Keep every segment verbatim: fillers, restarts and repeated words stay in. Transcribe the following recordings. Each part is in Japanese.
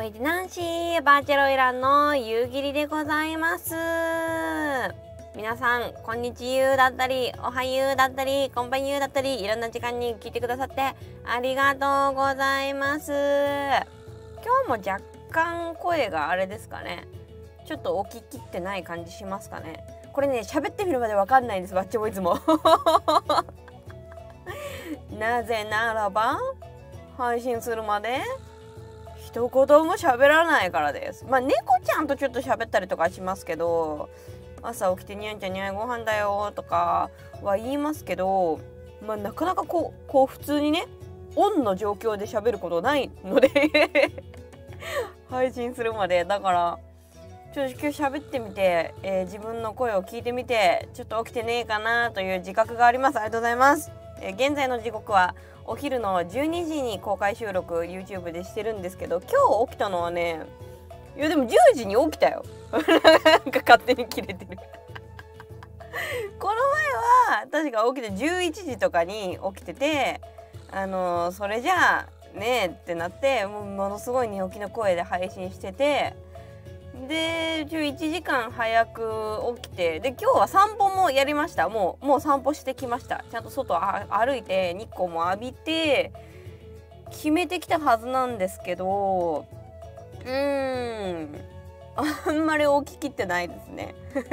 いでナンシーバーチャルイランの夕霧でございます。皆さんこんにちはだったりおはようだったりこんばんゆうだったりいろんな時間に聞いてくださってありがとうございます。今日も若干声があれですかね、ちょっと起ききってない感じしますかね。これね、喋ってみるまでわかんないんです、バッチもいつもなぜならば配信するまで一言も喋らないからです。まあ猫ちゃんとちょっと喋ったりとかしますけど、朝起きてにゃんちゃんにゃんご飯だよとかは言いますけど、まあなかなかこうこう普通にねオンの状況で喋ることないので配信するまでだからちょっと今日喋ってみて、えー、自分の声を聞いてみてちょっと起きてねえかなという自覚があります。ありがとうございます。えー、現在の時刻はお昼のじゅうにじに公開収録 YouTube でしてるんですけど、今日起きたのはね、いやでもじゅうじに起きたよなんか勝手に切れてるこの前は確か起きてじゅういちじとかに起きてて、あのー、それじゃあねえってなってもうものすごい寝起きの声で配信してて、でじゅういちじかん早く起きて、で今日は散歩もやりました。もうもう散歩してきました。ちゃんと外歩いて日光も浴びて決めてきたはずなんですけど、うーんあんまり起ききってないですね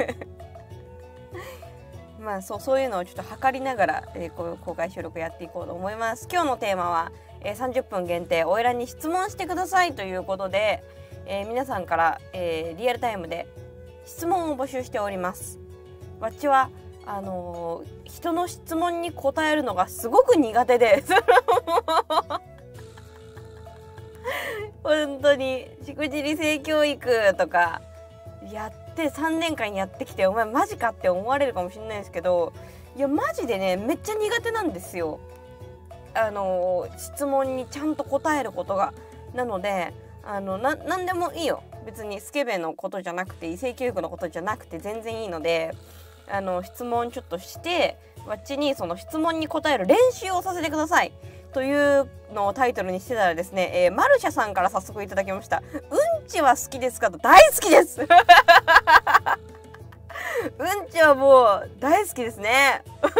まあそうそういうのをちょっと測りながら、えー、こう公開収録やっていこうと思います。今日のテーマは、えー、さんじゅっぷん限定おいらに質問してくださいということで、えー、皆さんから、えー、リアルタイムで質問を募集しております。わっちはあのー、人の質問に答えるのがすごく苦手です本当にしくじり性教育とかやってさんねんかんやってきて、お前マジかって思われるかもしれないですけど、いやマジでねめっちゃ苦手なんですよ。あのー、質問にちゃんと答えることが。なのであのな何でもいいよ、別にスケベのことじゃなくて異性教育のことじゃなくて全然いいので、あの質問ちょっとしてわっちにその質問に答える練習をさせてくださいというのをタイトルにしてたらですね、えー、マルシャさんから早速いただきました。うんちは好きですかと。大好きですうんちはもう大好きですね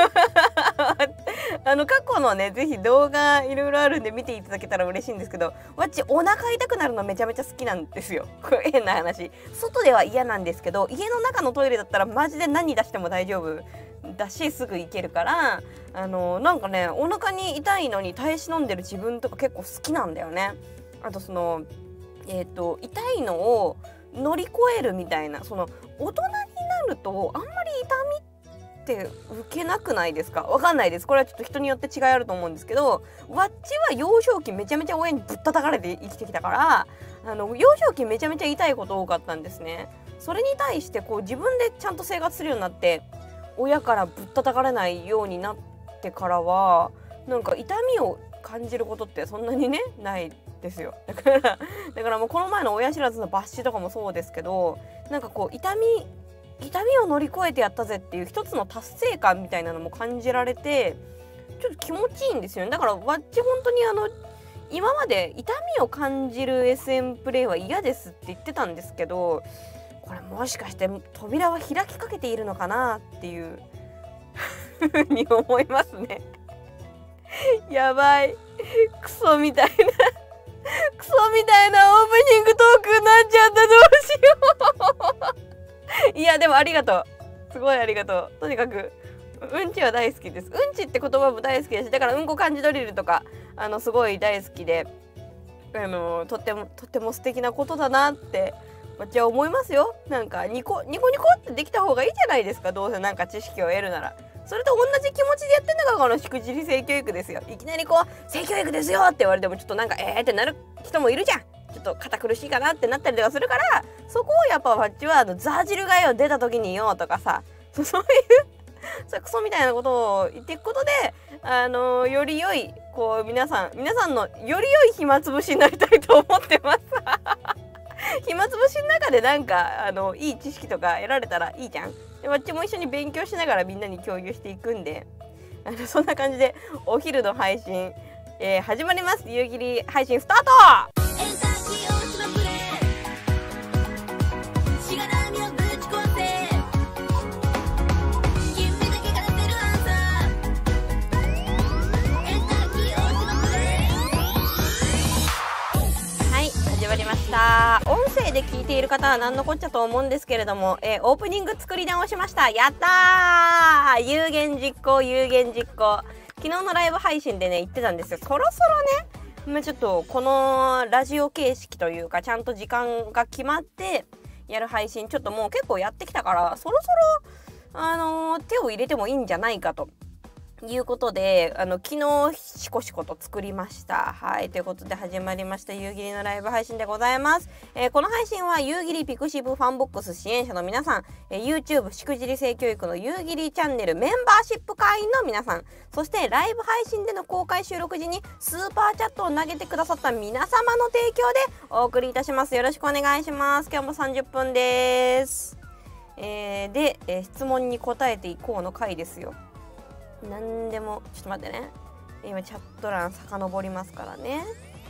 あの過去のねぜひ動画いろいろあるんで見ていただけたら嬉しいんですけど、わっちお腹痛くなるのめちゃめちゃ好きなんですよ。これ変な話、外では嫌なんですけど家の中のトイレだったらマジで何出しても大丈夫だしすぐ行けるから、あのなんかねお腹に痛いのに耐え忍んでる自分とか結構好きなんだよね。あとそのえっと痛いのを乗り越えるみたいな、その大人になるとあんまり痛みって受けなくないですか？わかんないです、これはちょっと人によって違いあると思うんですけど、わっちは幼少期めちゃめちゃ親にぶったたかれて生きてきたから、あの幼少期めちゃめちゃ痛いこと多かったんですね。それに対してこう自分でちゃんと生活するようになって親からぶったたかれないようになってからはなんか痛みを感じることってそんなにねないですよ。だからだからもうこの前の親知らずの抜歯とかもそうですけど、なんかこう痛み痛みを乗り越えてやったぜっていう一つの達成感みたいなのも感じられてちょっと気持ちいいんですよね。だからわっち本当にあの今まで痛みを感じる エスエム プレイは嫌ですって言ってたんですけど、これもしかして扉は開きかけているのかなっていうふうに思いますねやばい、クソみたいなクソみたいなオープニングトークになっちゃった、どうしよういやでもありがとう、すごいありがとう。とにかくうんちは大好きです。うんちって言葉も大好きだし、だからうんこ漢字ドリルとかあのすごい大好きで、あのとってもとっても素敵なことだなって私は思いますよ。なんかニコニコニコってできた方がいいじゃないですか、どうせなんか知識を得るなら。それと同じ気持ちでやってんのがこのしくじり性教育ですよ。いきなりこう性教育ですよって言われてもちょっとなんかえーってなる人もいるじゃん。ちょっと堅苦しいかなってなったりとかするから、そこをやっぱわっちはあのザ汁がよ出た時によとかさ、そういうそうクソみたいなことを言っていくことで、あのー、より良いこう皆さん皆さんのより良い暇つぶしになりたいと思ってます暇つぶしの中でなんかあのいい知識とか得られたらいいじゃん。でわっちも一緒に勉強しながらみんなに共有していくんで、あのそんな感じでお昼の配信、えー、始まります。夕霧配信スタート。 まりました。音声で聞いている方は何のこっちゃと思うんですけれども、えー、オープニング作り直しました。やったー、有言実行有言実行。昨日のライブ配信でね言ってたんですよ。そろそろね、まあ、ちょっとこのラジオ形式というかちゃんと時間が決まってやる配信ちょっともう結構やってきたから、そろそろあのー、手を入れてもいいんじゃないかということで、あの昨日しこしこと作りました。はい、ということで始まりました夕霧のライブ配信でございます。えー、この配信は夕霧ピクシブファンボックス支援者の皆さん、えー、YouTube しくじり性教育の夕霧チャンネルメンバーシップ会員の皆さん、そしてライブ配信での公開収録時にスーパーチャットを投げてくださった皆様の提供でお送りいたします。よろしくお願いします。今日もさんじゅっぷんです。えー、で、えー、質問に答えていこうの回ですよ。なんでもちょっと待ってね、今チャット欄遡りますからね。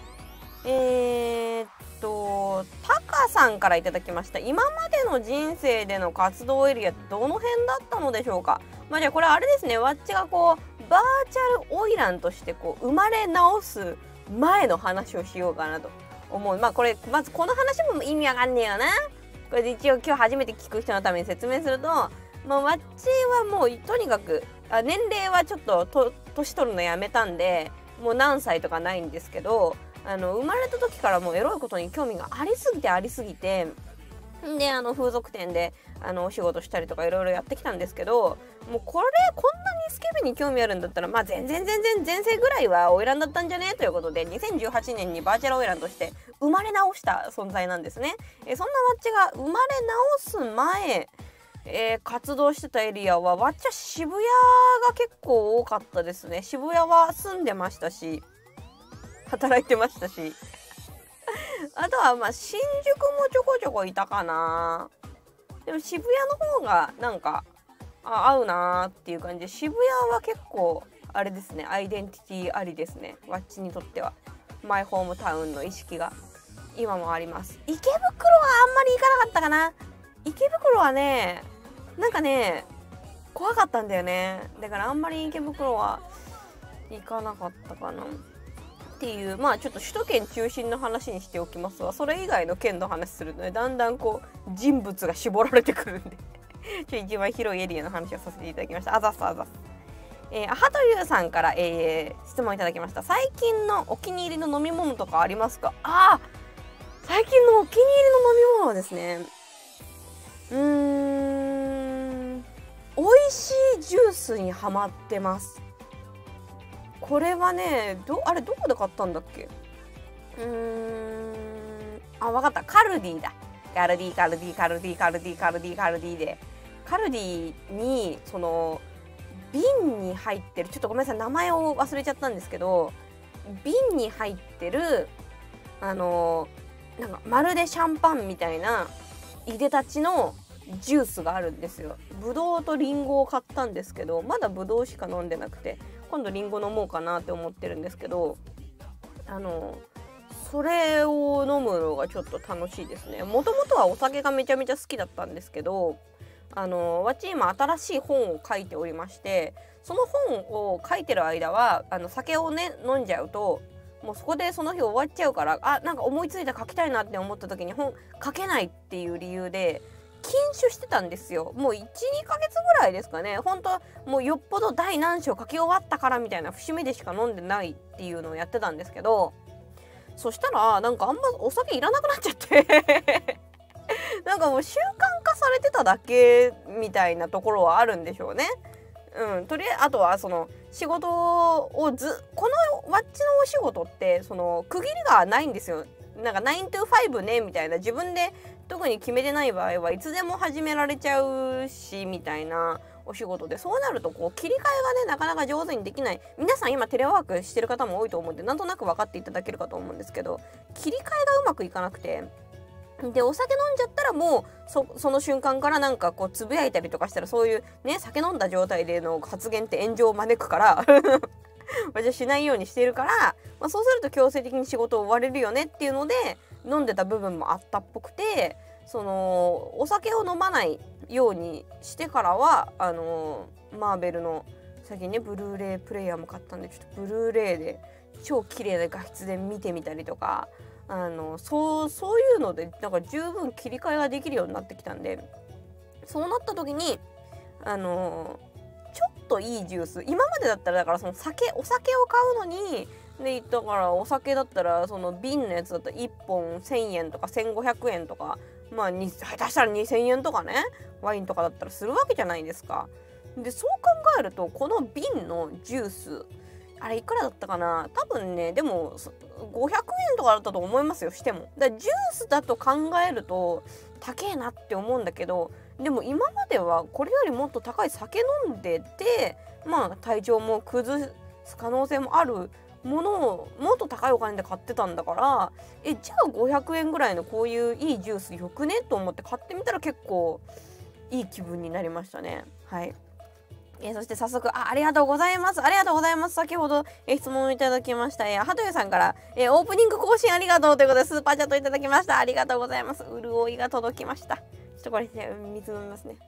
えー、っとタカさんからいただきました。今までの人生での活動エリアってどの辺だったのでしょうか。まあじゃあこれあれですね、わっちがこうバーチャル花魁としてこう生まれ直す前の話をしようかなと思う。まあこれまずこの話も意味わかんねえよな。これで一応今日初めて聞く人のために説明すると、まあわっちはもうとにかくあ年齢はちょっとと年取るのやめたんでもう何歳とかないんですけど、あの生まれた時からもうエロいことに興味がありすぎてありすぎてで、あの風俗店であのお仕事したりとかいろいろやってきたんですけど、もうこれこんなにスケベに興味あるんだったらまあ全然全然前世ぐらいは花魁だったんじゃねということでにせんじゅうはちねんにバーチャル花魁として生まれ直した存在なんですね。えそんなわっちが生まれ直す前えー、活動してたエリアはわっちゃ渋谷が結構多かったですね。渋谷は住んでましたし働いてましたしあとはまあ新宿もちょこちょこいたかな。でも渋谷の方がなんかあ合うなーっていう感じで、渋谷は結構あれですね、アイデンティティありですね。わっちにとってはマイホームタウンの意識が今もあります。池袋はあんまり行かなかったかな。池袋はねなんかね怖かったんだよね。だからあんまり池袋は行かなかったかなっていう、まあちょっと首都圏中心の話にしておきますが、それ以外の県の話するとねだんだんこう人物が絞られてくるんでちょ一番広いエリアの話をさせていただきました。あざっすあざっす。えー、アハとゆうさんから、えー、質問いただきました。最近のお気に入りの飲み物とかありますか。あー最近のお気に入りの飲み物はですね、うーん美味しいジュースにハマってます。これはねどあれどこで買ったんだっけ。うーんあわかった、カルディだ。カルディカルディカルディカルディカルディカルディでカルディにその瓶に入ってる、ちょっとごめんなさい名前を忘れちゃったんですけど、瓶に入ってるあのなんかまるでシャンパンみたいないでたちのジュースがあるんですよ。ぶどうとリンゴを買ったんですけど、まだぶどうしか飲んでなくて今度リンゴ飲もうかなって思ってるんですけど、あのそれを飲むのがちょっと楽しいですね。もともとはお酒がめちゃめちゃ好きだったんですけど、あのわち今新しい本を書いておりまして、その本を書いてる間はあの酒をね飲んじゃうともうそこでその日終わっちゃうから、あなんか思いついた書きたいなって思った時に本書けないっていう理由で禁酒してたんですよ。もう いちにかげつぐらいですかね。本当もうよっぽど第何章書き終わったからみたいな節目でしか飲んでないっていうのをやってたんですけど、そしたらなんかあんまお酒いらなくなっちゃってなんかもう習慣化されてただけみたいなところはあるんでしょうね。うん、とりあえずあとはその仕事をずこのわっちのお仕事ってその区切りがないんですよ。なんかナイン to ファイブねみたいな、自分で特に決めてない場合はいつでも始められちゃうしみたいなお仕事で、そうなるとこう切り替えがねなかなか上手にできない。皆さん今テレワークしてる方も多いと思うんでなんとなく分かっていただけるかと思うんですけど、切り替えがうまくいかなくて、でお酒飲んじゃったらもう そ, その瞬間からなんかこうつぶやいたりとかしたら、そういうね酒飲んだ状態での発言って炎上を招くから私はしないようにしているから、まあ、そうすると強制的に仕事を終われるよねっていうので飲んでた部分もあったっぽくて、そのお酒を飲まないようにしてからはあのマーベルの最近ねブルーレイプレイヤーも買ったんで、ちょっとブルーレイで超綺麗な画質で見てみたりとか、 あのそうそういうのでなんか十分切り替えができるようになってきたんで、そうなった時にあのちょっといいジュース、今までだったらだからその酒お酒を買うのにでだからお酒だったらその瓶のやつだったらいっぽんせんえんとかせんごひゃくえんとか、まあに下手したらにせんえんとかね、ワインとかだったらするわけじゃないですか。でそう考えるとこの瓶のジュースあれいくらだったかな、多分ねでもごひゃくえんとかだったと思いますよ、しても。だからジュースだと考えると高えなって思うんだけど、でも今まではこれよりもっと高い酒飲んでて、まあ体調も崩す可能性もあるものをもっと高いお金で買ってたんだから、えじゃあごひゃくえんぐらいのこういういいジュースよくねと思って買ってみたら結構いい気分になりましたね。はい。えー、そして早速 あ, ありがとうございますありがとうございます先ほど、えー、質問をいただきました、えー、ハトユさんから、えー、オープニング更新ありがとうということでスーパーチャットいただきました。ありがとうございます。潤いが届きました。ちょっとこれ、ね、水飲みますね。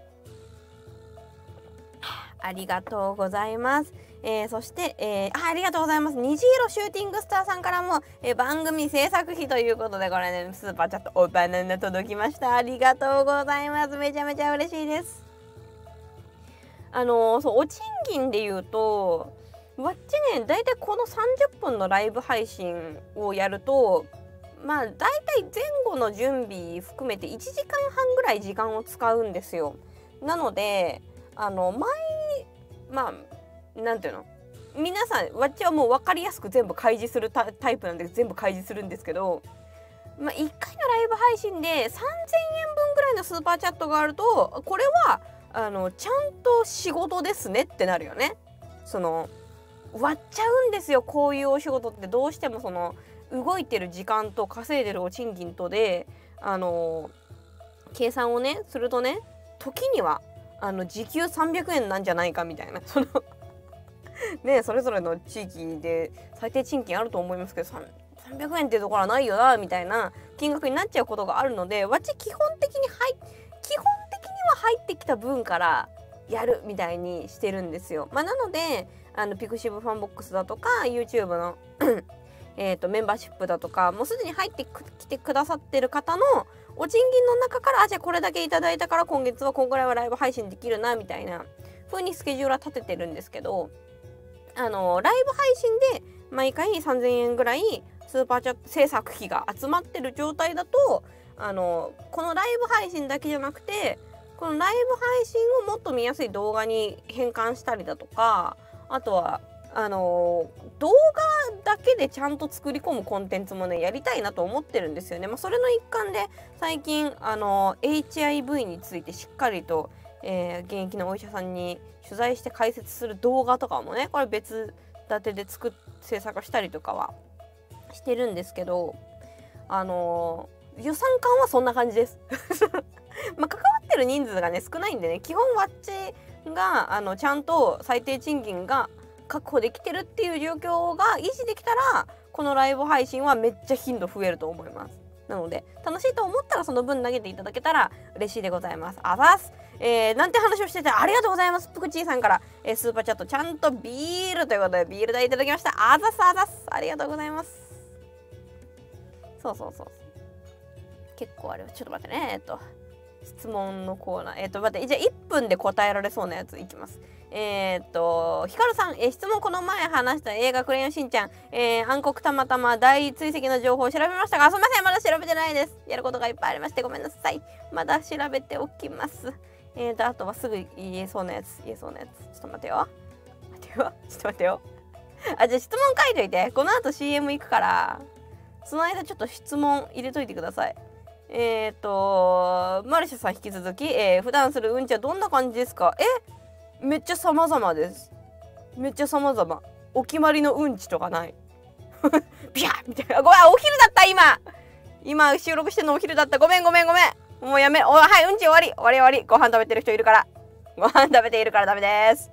ありがとうございます。えー、そして、えー、あ, ありがとうございます。虹色シューティングスターさんからも、えー、番組制作費ということでこれねスーパーチャットおバナナ届きました。ありがとうございます。めちゃめちゃ嬉しいです。あのー、そうお賃金で言うとわっちねだいたいこのさんじゅっぷんのライブ配信をやるとまあだいたい前後の準備含めていちじかんはんぐらい時間を使うんですよ。なのであの毎まあなんていうの皆さんわっちはもう分かりやすく全部開示するタイプなんで全部開示するんですけど、まあ、いっかいのライブ配信でさんぜんえんぶんぐらいのスーパーチャットがあるとこれはあのちゃんと仕事ですねってなるよね。その割っちゃうんですよ、こういうお仕事ってどうしてもその動いてる時間と稼いでるお賃金とであの計算をねするとね時にはあの時給さんびゃくえんなんじゃないかみたいなそのねそれぞれの地域で最低賃金あると思いますけどさんびゃくえんっていうところはないよなみたいな金額になっちゃうことがあるのでわっち基本的にはい基本的には入ってきた分からやるみたいにしてるんですよ。まあ、なのであのピクシブファンボックスだとか YouTube のえとメンバーシップだとかもうすでに入ってきてくださってる方のお賃金の中からあじゃあこれだけいただいたから今月はこんぐらいはライブ配信できるなみたいな風にスケジュールは立ててるんですけど、あのライブ配信で毎回さんぜんえんぐらいスーパーチャット制作費が集まってる状態だとあのこのライブ配信だけじゃなくてこのライブ配信をもっと見やすい動画に変換したりだとかあとはあの動画だけでちゃんと作り込むコンテンツもねやりたいなと思ってるんですよね。まあ、それの一環で最近あの エイチアイブイ についてしっかりと、えー、現役のお医者さんに取材して解説する動画とかもねこれ別立てで作っ制作したりとかはしてるんですけどあの予算感はそんな感じです。まあ関わってる人数がね少ないんでね基本ワッチがあのちゃんと最低賃金が確保できてるっていう状況が維持できたらこのライブ配信はめっちゃ頻度増えると思います。なので楽しいと思ったらその分投げていただけたら嬉しいでございます。あざす、えー、なんて話をしててありがとうございます。ぷくちーさんから、えー、スーパーチャットちゃんとビールということでビール代いただきました。あざすあざすありがとうございます。そうそうそう結構あれはちょっと待ってねえっと質問のコーナーえっと待ってじゃあいっぷんで答えられそうなやついきます。えー、っとヒカルさん、えー、質問この前話した映画クレヨンしんちゃん、えー、暗黒たまたま大追跡の情報を調べましたがすみませんまだ調べてないです。やることがいっぱいありましてごめんなさい。まだ調べておきます。えーとあとはすぐ言えそうなやつ言えそうなやつちょっと待てよ待てよちょっと待てよあじゃあ質問書いといてこの後 シーエム 行くからその間ちょっと質問入れといてください。えっ、ー、とマルシャさん引き続き、えー、普段するうんちはどんな感じですか。えめっちゃ様々です。めっちゃ様々。お決まりのうんちとかないビャーみたいな。ごめんお昼だった今今収録してるのお昼だった。ごめんごめんごめんもうやめおはいうんち終わり終わり終わり。ご飯食べてる人いるからご飯食べているからダメです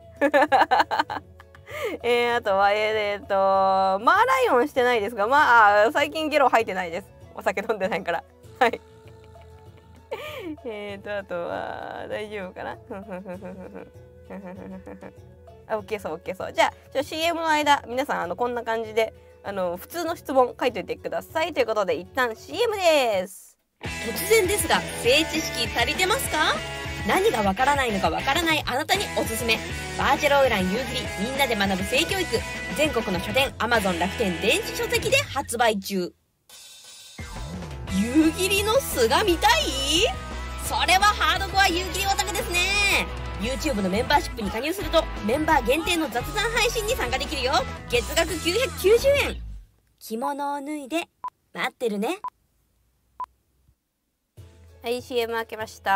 えー、あとはえー、っとマーライオンしてないですがまあ最近ゲロ吐いてないです。お酒飲んでないからはいえーとあとは大丈夫かなあ OK そう OK そうじゃあ シーエム の間皆さんあのこんな感じであの普通の質問書いといてください。ということで一旦 シーエム です。突然ですが、性知識足りてますか？何がわからないのかわからないあなたにおすすめ、バーチャルオイラン夕霧みんなで学ぶ性教育、全国の書店 Amazon 楽天電子書籍で発売中。夕霧の素が見たい？それはハードコア夕霧オタクですね。 YouTube のメンバーシップに加入するとメンバー限定の雑談配信に参加できるよ。月額きゅうひゃくきゅうじゅうえん。着物を脱いで待ってるね。はい、 シーエム 開けました。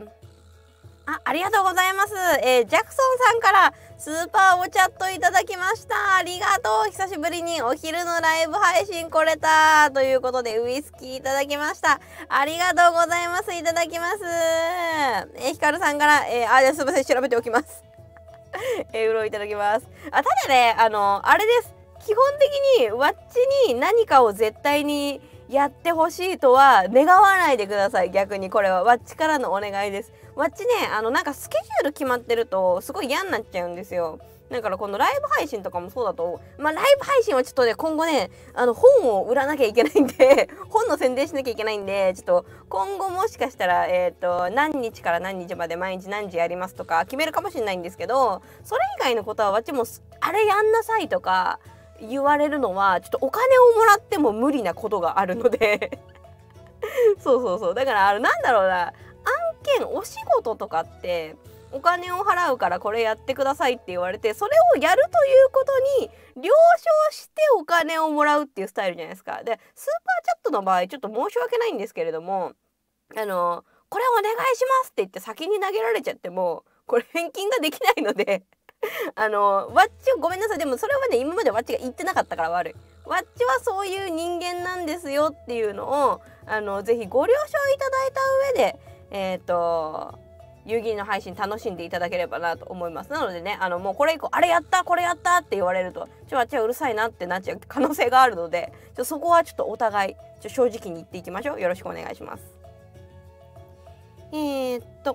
あ、ありがとうございます。えー、ジャクソンさんからスーパーおチャットいただきました。ありがとう。久しぶりにお昼のライブ配信来れたということでウイスキーいただきました。ありがとうございます。いただきます。えー、ヒカルさんから、えー、あ、じゃあすいません、調べておきます。えー、うろいただきます。あ、ただね、あの、あれです。基本的にワッチに何かを絶対にやってほしいとは願わないでください。逆にこれはワッチからのお願いです。ワッチね、あのなんかスケジュール決まってるとすごい嫌になっちゃうんですよ。だからこのライブ配信とかもそうだと、まあライブ配信はちょっとね今後ね、あの本を売らなきゃいけないんで本の宣伝しなきゃいけないんで、ちょっと今後もしかしたらえっと何日から何日まで毎日何時やりますとか決めるかもしれないんですけど、それ以外のことはワッチもあれやんなさいとか言われるのはちょっとお金をもらっても無理なことがあるのでそうそうそう、だからあのなんだろうな、案件お仕事とかってお金を払うからこれやってくださいって言われて、それをやるということに了承してお金をもらうっていうスタイルじゃないですか。でスーパーチャットの場合ちょっと申し訳ないんですけれども、あのこれお願いしますって言って先に投げられちゃってもこれ返金ができないのであのワッチごめんなさい。でもそれはね今までワッチが言ってなかったから悪い。ワッチはそういう人間なんですよっていうのをあのぜひご了承いただいた上でえっ、ー、と遊戯の配信楽しんでいただければなと思います。なのでね、あのもうこれ以降あれやったこれやったって言われるとちょワッチはうるさいなってなっちゃう可能性があるので、ちょそこはちょっとお互いちょ正直に言っていきましょう。よろしくお願いします。えー、っと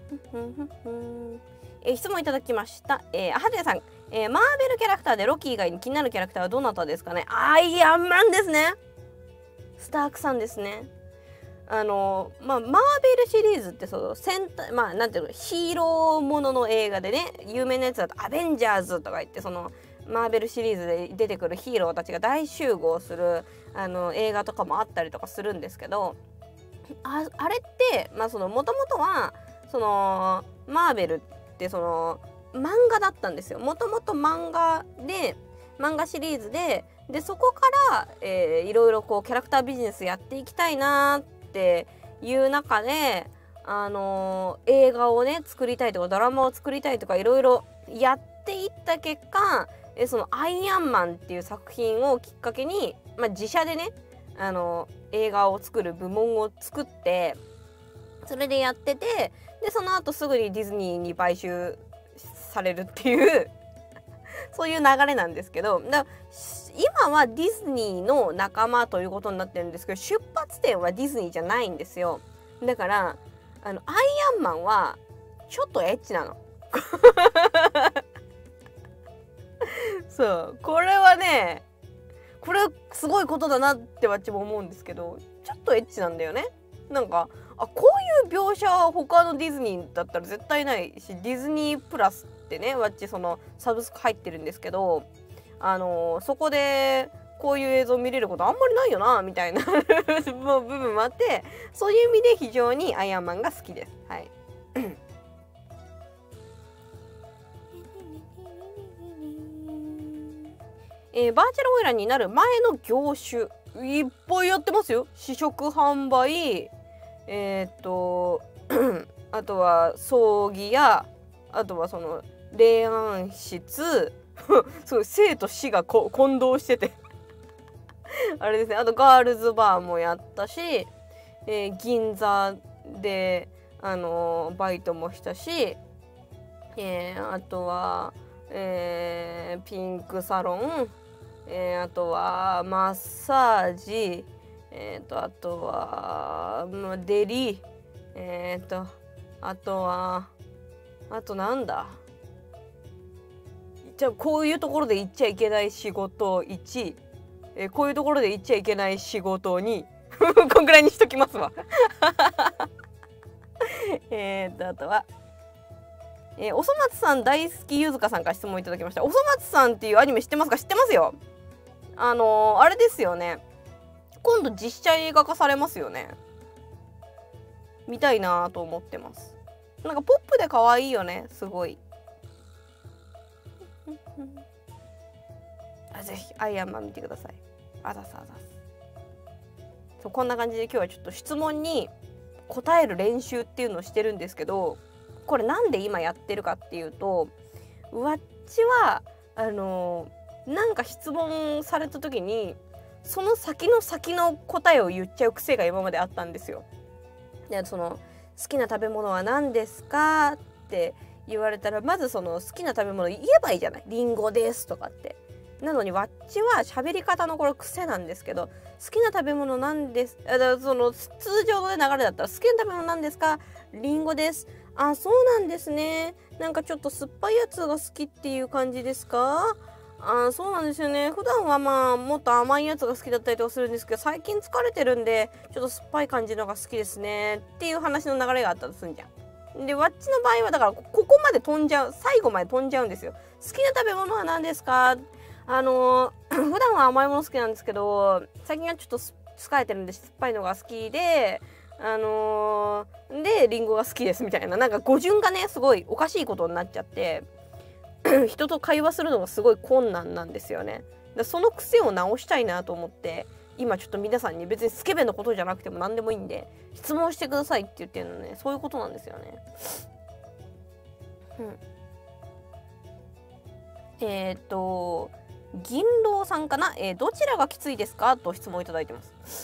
えー、質問いただきました。えー、はずやさん、えー、マーベルキャラクターでロキ以外に気になるキャラクターはどなたですかね。アイアンマンですね。スタークさんですね。あのまあマーベルシリーズってその戦隊、まあなんていうの、ヒーローものの映画でね有名なやつだとアベンジャーズとか言って、そのマーベルシリーズで出てくるヒーローたちが大集合するあの映画とかもあったりとかするんですけど、あ, あれってまあそのもともとはそのマーベルってその漫画だったんですよ。もともと漫画で漫画シリーズででそこから、えー、いろいろこうキャラクタービジネスやっていきたいなっていう中で、あのー、映画をね作りたいとかドラマを作りたいとかいろいろやっていった結果、えそのアイアンマンっていう作品をきっかけに、まあ、自社でね、あのー、映画を作る部門を作ってそれでやってて、でその後すぐにディズニーに買収されるっていうそういう流れなんですけど、だ今はディズニーの仲間ということになってるんですけど、出発点はディズニーじゃないんですよ。だからあのアイアンマンはちょっとエッチなのそうこれはね、これすごいことだなって私も思うんですけど、ちょっとエッチなんだよね。なんかあこういう描写は他のディズニーだったら絶対ないし、ディズニープラスってねわっちそのサブスク入ってるんですけど、あのー、そこでこういう映像見れることあんまりないよなみたいなもう部分もあって、そういう意味で非常にアイアンマンが好きです。はいえー、バーチャルオイランになる前の業種いっぱいやってますよ。試食販売、えー、っとあとは葬儀や、あとはその霊安室そう生と死がこ混同しててあれですね。あとガールズバーもやったし、えー、銀座で、あのー、バイトもしたし、えー、あとは、えー、ピンクサロン、えー、あとはマッサージ、えー、とあとはデリ、えー、とあとはあとなんだ、じゃあこういうところで言っちゃいけない仕事いちえー、こういうところで言っちゃいけない仕事にこんぐらいにしときますわえっとあとは、えー、おそ松さん大好きゆずかさんから質問いただきました。おそ松さんっていうアニメ知ってますか？知ってますよ。あのー、あれですよね、今度実写映画化されますよね。見たいなと思ってます。なんかポップで可愛いよね、すごいあ、ぜひアイアンマン見てください。あざすあざす。そう、こんな感じで今日はちょっと質問に答える練習っていうのをしてるんですけど、これなんで今やってるかっていうと、わっちはあのー、なんか質問された時にその先の先の答えを言っちゃう癖が今まであったんですよ。で、その好きな食べ物は何ですかって言われたら、まずその好きな食べ物言えばいいじゃない。リンゴですとかって。なのにわっちは喋り方のこれ癖なんですけど、好きな食べ物なんです、あ、だその通常の、ね、流れだったら好きな食べ物なんですか、リンゴです。あ、そうなんですね。なんかちょっと酸っぱいやつが好きっていう感じですか？あ、そうなんですよね。普段はまあもっと甘いやつが好きだったりとかするんですけど、最近疲れてるんでちょっと酸っぱい感じのが好きですねっていう話の流れがあったとすんじゃん。で、わっちの場合はだからここまで飛んじゃう、最後まで飛んじゃうんですよ。好きな食べ物は何ですか？あのー、普段は甘いもの好きなんですけど、最近はちょっと疲れてるんで酸っぱいのが好きで、あのー、でリンゴが好きですみたいな、なんか語順がねすごいおかしいことになっちゃって人と会話するのがすごい困難なんですよね。だその癖を直したいなと思って、今ちょっと皆さんに別にスケベのことじゃなくても何でもいいんで質問してくださいって言ってるのね、そういうことなんですよね。うん、えっ、ー、と銀狼さんかな、えー、どちらがきついですかと質問いただいてます。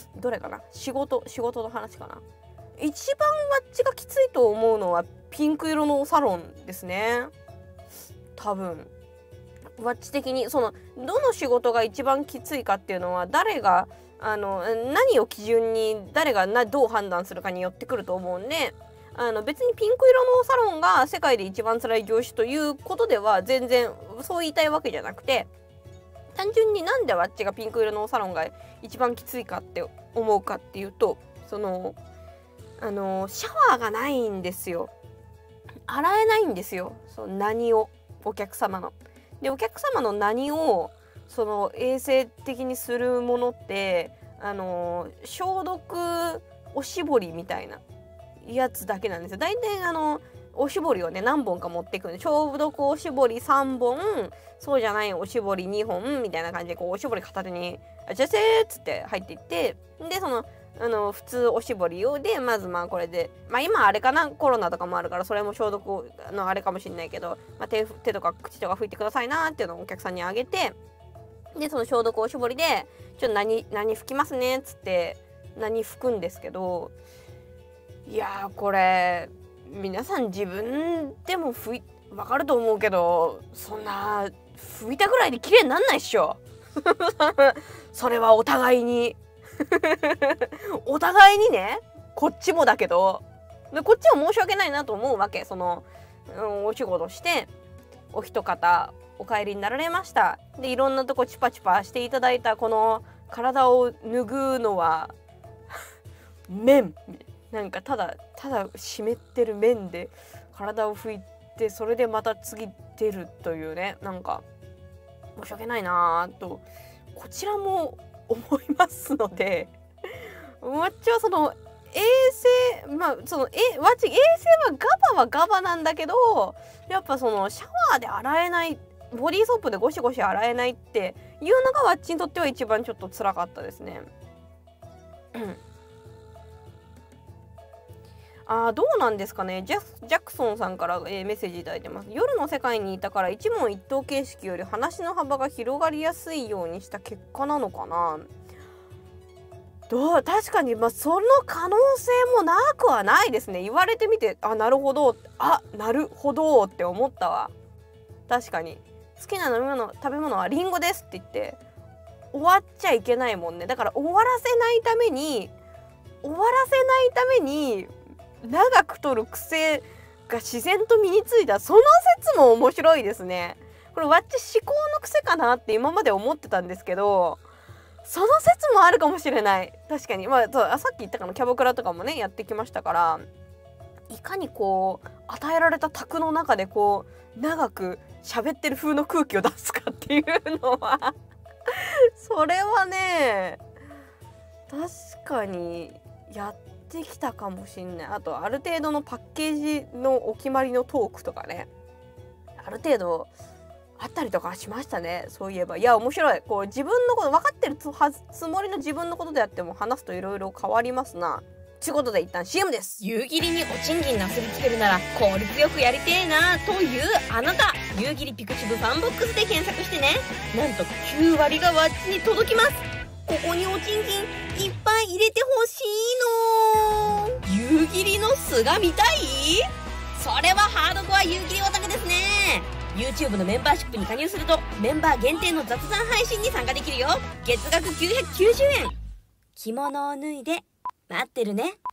どれかな、仕事仕事の話かな。一番わっちがきついと思うのはピンク色のサロンですね。多分わっち的にそのどの仕事が一番きついかっていうのは、誰があの何を基準に誰がなどう判断するかによってくると思うんで、あの別にピンク色のサロンが世界で一番辛い業種ということでは全然そう言いたいわけじゃなくて、単純になんでわっちがピンク色のサロンが一番きついかって思うかっていうと、そのあのシャワーがないんですよ。洗えないんですよ、その何をお客様の。でお客様の何をその衛生的にするものってあの消毒おしぼりみたいなやつだけなんですよ。大体あのおしぼりをね何本か持っていくんで、消毒おしぼりさんぼん、そうじゃないおしぼりにほんみたいな感じでこうおしぼり片手に「あじゃあせー」っつって入っていって、でそのあの普通おしぼり用でまずまあこれでまあ今あれかな、コロナとかもあるからそれも消毒のあれかもしれないけど、まあ、手, 手とか口とか拭いてくださいなっていうのをお客さんにあげて、でその消毒おしぼりでちょっと何何拭きますねっつって何拭くんですけど、いやーこれ皆さん自分でも拭い分かると思うけど、そんな拭いたぐらいで綺麗になんないっしょそれはお互いにお互いにね、こっちもだけど、でこっちも申し訳ないなと思うわけ。その、うん、お仕事してお一方お帰りになられました。でいろんなとこチパチパしていただいたこの体を脱ぐのは面なんかただただ湿ってる面で体を拭いて、それでまた次出るというね、なんか申し訳ないなとこちらも思いますので、わっちはその衛生まあそのえわっち衛生はガバはガバなんだけど、やっぱそのシャワーで洗えない、ボディーソープでゴシゴシ洗えないっていうのがわっちにとっては一番ちょっと辛かったですね。あーどうなんですかね。ジャジャクソンさんから、えー、メッセージいただいてます。夜の世界にいたから一問一答形式より話の幅が広がりやすいようにした結果なのかな。どう確かに、まあ、その可能性もなくはないですね。言われてみて、あなるほどあなるほどって思ったわ。確かに好きな飲み物食べ物はリンゴですって言って終わっちゃいけないもんね。だから終わらせないために終わらせないために長く取る癖が自然と身についた、その説も面白いですね。これわっち思考の癖かなって今まで思ってたんですけど、 その説もあるかもしれない。確かにまあそうさっき言ったかな、キャバクラとかもねやってきましたから、いかにこう与えられた卓の中でこう長く喋ってる風の空気を出すかっていうのはそれはね確かにやってきたかもしんない。あとある程度のパッケージのお決まりのトークとかね、ある程度あったりとかしましたね。そういえばいや面白い。こう自分のこと分かってるつはつもりの自分のことであっても話すといろいろ変わりますな。ということで一旦 シーエム です。 夕霧にお賃金なすりつけるなら効率よくやりてえなというあなた、夕霧ピクチブファンボックスで検索してね。なんときゅうわりがワッチに届きます。ここにお賃金いっぱい入れてほしいの。夕霧の巣が見たい？それはハードコア夕霧オタクですね。 YouTube のメンバーシップに加入するとメンバー限定の雑談配信に参加できるよ。月額きゅうひゃくきゅうじゅうえん。着物を脱いで待ってるね。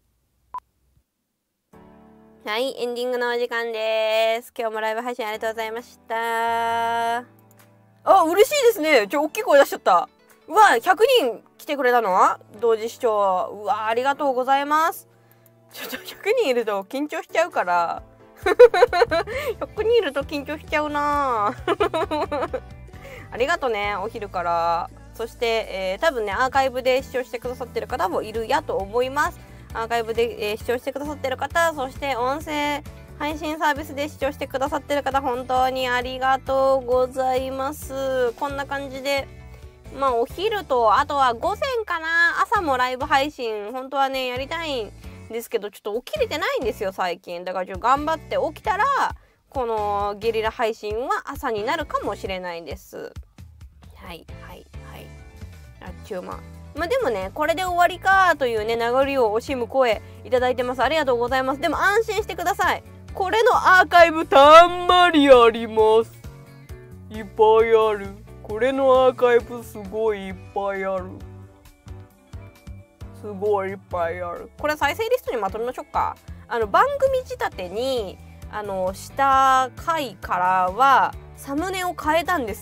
はい、エンディングのお時間です。今日もライブ配信ありがとうございました。あ、嬉しいですね。ちょ、大きい声出しちゃった。うわ、ひゃくにん来てくれたの？同時視聴。うわ、ありがとうございます。ちょっとひゃくにんいると緊張しちゃうから。ひゃくにんいると緊張しちゃうなありがとね、お昼から。そして、えー、多分ね、アーカイブで視聴してくださってる方もいるやと思います。アーカイブで、えー、視聴してくださってる方、そして音声配信サービスで視聴してくださってる方、本当にありがとうございます。こんな感じで、まあお昼と、あとは午前かな、朝もライブ配信、本当はね、やりたいんですけど、ちょっと起きれてないんですよ、最近。だからちょっと頑張って起きたら、このゲリラ配信は朝になるかもしれないです。はい、はい、はい。あっちゅう間。まあでもね、これで終わりかというね、名残を惜しむ声いただいてます。ありがとうございます。でも安心してください。これのアーカイブたんまりあります。いっぱいある。これのアーカイブすごいいっぱいある。すごいいっぱいある。これ再生リストにまとめましょうか。あの番組仕立てにあのした回からはサムネを変えたんです